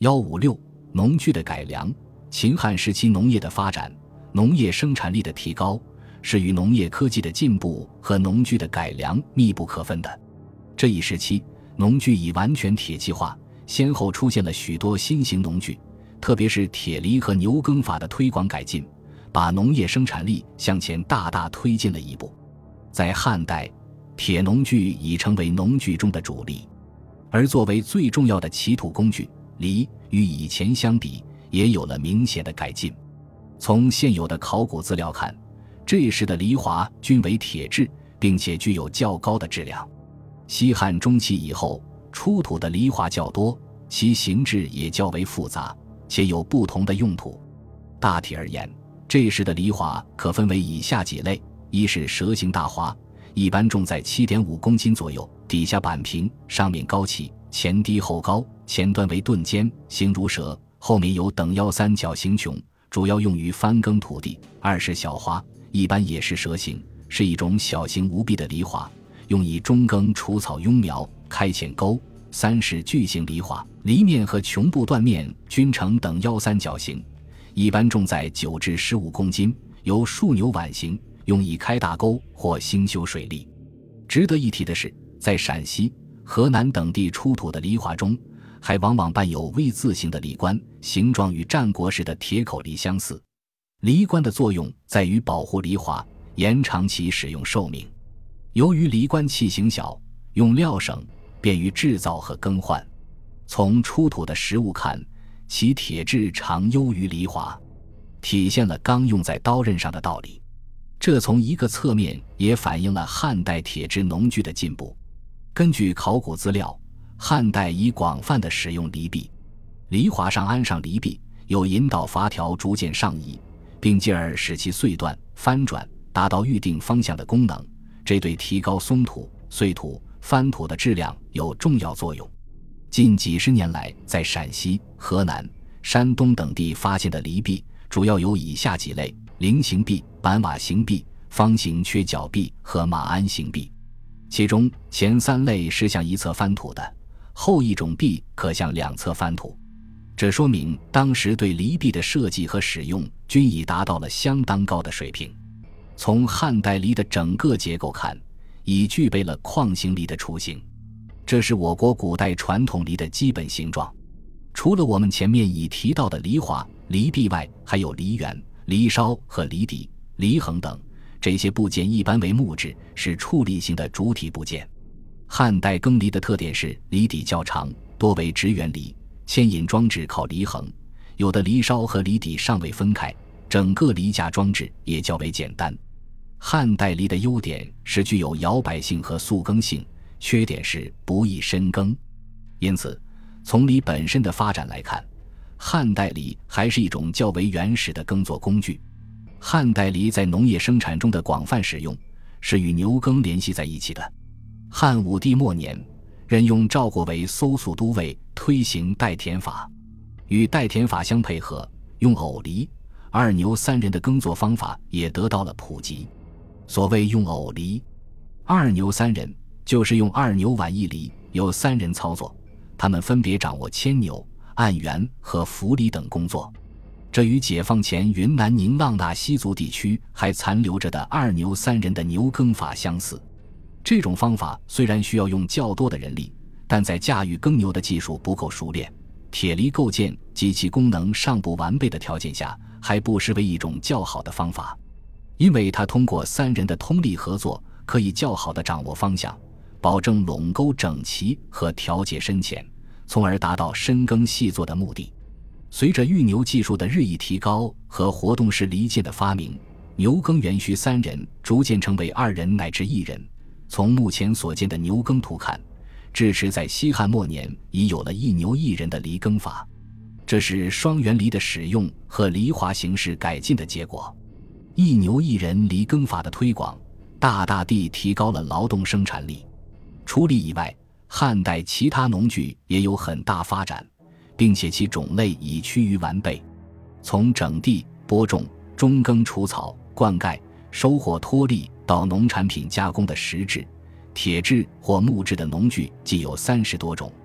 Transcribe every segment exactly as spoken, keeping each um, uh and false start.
一五六农具的改良。秦汉时期农业的发展，农业生产力的提高，是与农业科技的进步和农具的改良密不可分的。这一时期，农具已完全铁器化，先后出现了许多新型农具，特别是铁犁和牛耕法的推广改进，把农业生产力向前大大推进了一步。在汉代，铁农具已成为农具中的主力，而作为最重要的起土工具，犁与以前相比也有了明显的改进。从现有的考古资料看，这时的犁铧均为铁制，并且具有较高的质量。西汉中期以后出土的犁铧较多，其形制也较为复杂，且有不同的用途。大体而言，这时的犁铧可分为以下几类：一是蛇形大铧，一般重在 七点五公斤左右，底下板平，上面高起，前低后高，前端为钝尖，形如蛇，后面有等腰三角形穹，主要用于翻耕土地。二是小铧，一般也是蛇形，是一种小型无臂的犁铧，用以中耕除草拥苗，开浅沟。三是巨型犁铧，犁面和穹部断面均呈等腰三角形，一般重在九至十五公斤，由数牛碗形，用以开大沟或兴修水利。值得一提的是，在陕西、河南等地出土的犁铧中，还往往伴有 V 字形的犁冠，形状与战国时的铁口犁相似。犁冠的作用在于保护犁铧，延长其使用寿命。由于犁冠器型小，用料省，便于制造和更换。从出土的实物看，其铁质常优于犁铧，体现了钢用在刀刃上的道理。这从一个侧面也反映了汉代铁制农具的进步。根据考古资料，汉代已广泛地使用犁壁，犁铧上安上犁壁，有引导筏条逐渐上移，并进而使其碎断、翻转，达到预定方向的功能，这对提高松土、碎土、翻土的质量有重要作用。近几十年来，在陕西、河南、山东等地发现的犁壁主要有以下几类：菱形壁、板瓦形壁、方形缺角壁和马鞍形壁。其中前三类是向一侧翻土的，后一种壁可向两侧翻土。这说明当时对犁壁的设计和使用均已达到了相当高的水平。从汉代犁的整个结构看，已具备了框形犁的雏形，这是我国古代传统犁的基本形状。除了我们前面已提到的犁铧、犁壁外，还有犁源、犁梢和犁底、犁衡等，这些部件一般为木质，是矗立型的主体部件。汉代耕犁的特点是犁底较长，多为直圆犁，牵引装置靠犁衡，有的犁梢和犁底尚未分开，整个犁架装置也较为简单。汉代犁的优点是具有摇摆性和速耕性，缺点是不易深耕。因此，从犁本身的发展来看，汉代犁还是一种较为原始的耕作工具。汉代犁在农业生产中的广泛使用，是与牛耕联系在一起的。汉武帝末年，任用赵国为搜粟都尉，推行代田法。与代田法相配合，用偶犁、二牛三人的耕作方法也得到了普及。所谓用偶犁、二牛三人，就是用二牛挽一犁，由三人操作，他们分别掌握牵牛、按圆和扶犁等工作。这与解放前云南宁蒗纳西族地区还残留着的二牛三人的牛耕法相似。这种方法虽然需要用较多的人力，但在驾驭耕牛的技术不够熟练，铁犁构建及其功能尚不完备的条件下，还不失为一种较好的方法。因为它通过三人的通力合作，可以较好地掌握方向，保证垄沟整齐和调节深浅，从而达到深耕细作的目的。随着育牛技术的日益提高和活动式犁剑的发明，牛耕原需三人逐渐成为二人乃至一人。从目前所见的牛耕图看，至迟在西汉末年已有了一牛一人的犁耕法，这是双元犁的使用和犁铧形式改进的结果。一牛一人犁耕法的推广，大大地提高了劳动生产力。除犁以外，汉代其他农具也有很大发展，并且其种类已趋于完备。从整地、播种、中耕除草、灌溉、收获脱粒到农产品加工的石质、铁质或木质的农具既有三十多种，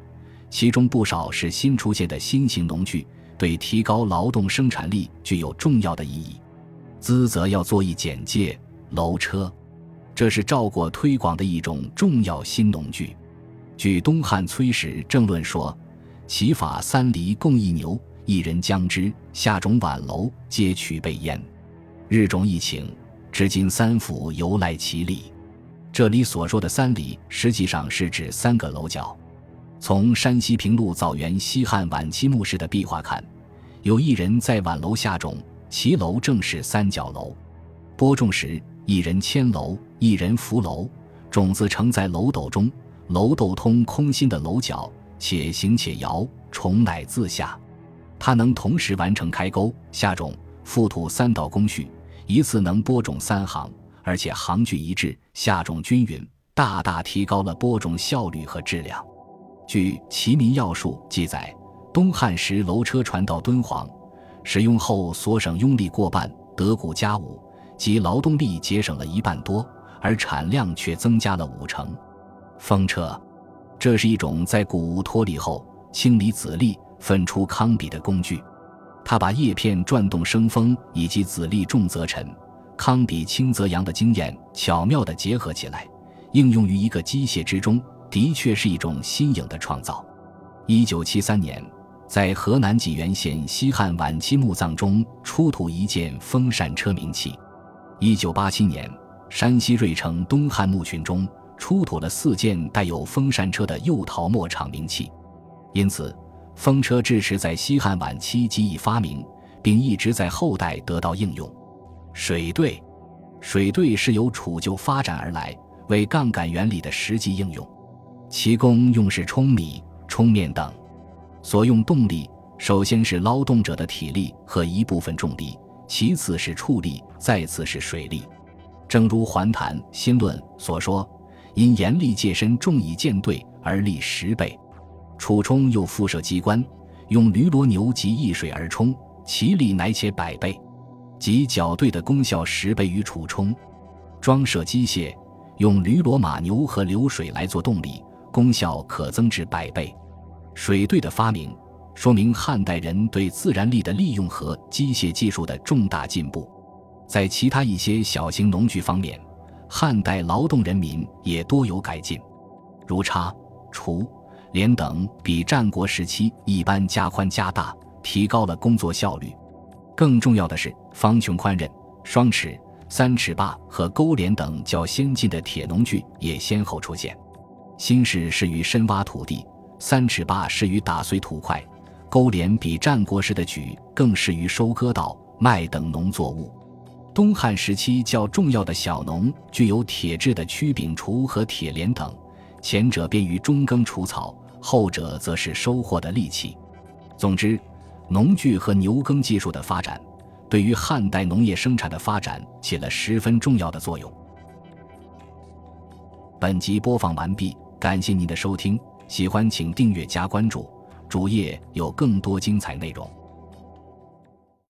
其中不少是新出现的新型农具，对提高劳动生产力具有重要的意义。兹则要做一简介，楼车，这是赵国推广的一种重要新农具。据东汉崔氏政论说，其法三犁共一牛，一人将之，下种挽楼，皆取备焉。日种一顷，至今三府犹赖其力。这里所说的三犁实际上是指三个楼角。从山西平陆枣园西汉晚期墓室的壁画看，有一人在挽楼下种，其楼正是三角楼。播种时，一人牵楼，一人扶楼，种子盛在楼斗中，楼斗通空心的楼角，且行且摇，虫乃自下。它能同时完成开沟、下种、覆土三道工序，一次能播种三行，而且行距一致，下种均匀，大大提高了播种效率和质量。据《齐民要术》记载，东汉时楼车传到敦煌，使用后所省用力过半，得谷加五，即劳动力节省了一半多，而产量却增加了五成。风车，这是一种在谷物脱离后清理籽粒、分出糠秕的工具。它把叶片转动生风以及籽粒重则沉、糠秕轻则扬的经验巧妙地结合起来，应用于一个机械之中，的确是一种新颖的创造。一九七三年，在河南济源县西汉晚期墓葬中出土一件风扇车名器。一九八七年，山西芮城东汉墓群中出土了四件带有风扇车的釉陶墨厂名器。因此，风车至迟在西汉晚期即已发明，并一直在后代得到应用。水兑，水兑是由储臼发展而来，为杠杆原理的实际应用。其功用是舂米、冲面等。所用动力首先是劳动者的体力和一部分重力，其次是畜力，再次是水力。正如环坛新论所说，因严厉界身重以舰队而力十倍。储冲又附设机关，用驴骡牛及易水而冲，其力乃且百倍，即绞兑的功效十倍于储冲。装设机械，用驴骡马牛和流水来做动力，功效可增至百倍。水兑的发明，说明汉代人对自然力的利用和机械技术的重大进步。在其他一些小型农具方面，汉代劳动人民也多有改进，如叉、锄、镰等比战国时期一般加宽加大，提高了工作效率。更重要的是，方穹宽刃、双尺、三尺把和钩镰等较先进的铁农具也先后出现。新式适于深挖土地，三尺把适于打碎土块，钩镰比战国时的举更适于收割稻、麦等农作物。东汉时期较重要的小农具有铁制的曲柄锄和铁镰等，前者便于中耕除草，后者则是收获的利器。总之，农具和牛耕技术的发展，对于汉代农业生产的发展起了十分重要的作用。本集播放完毕，感谢您的收听，喜欢请订阅加关注，主页有更多精彩内容。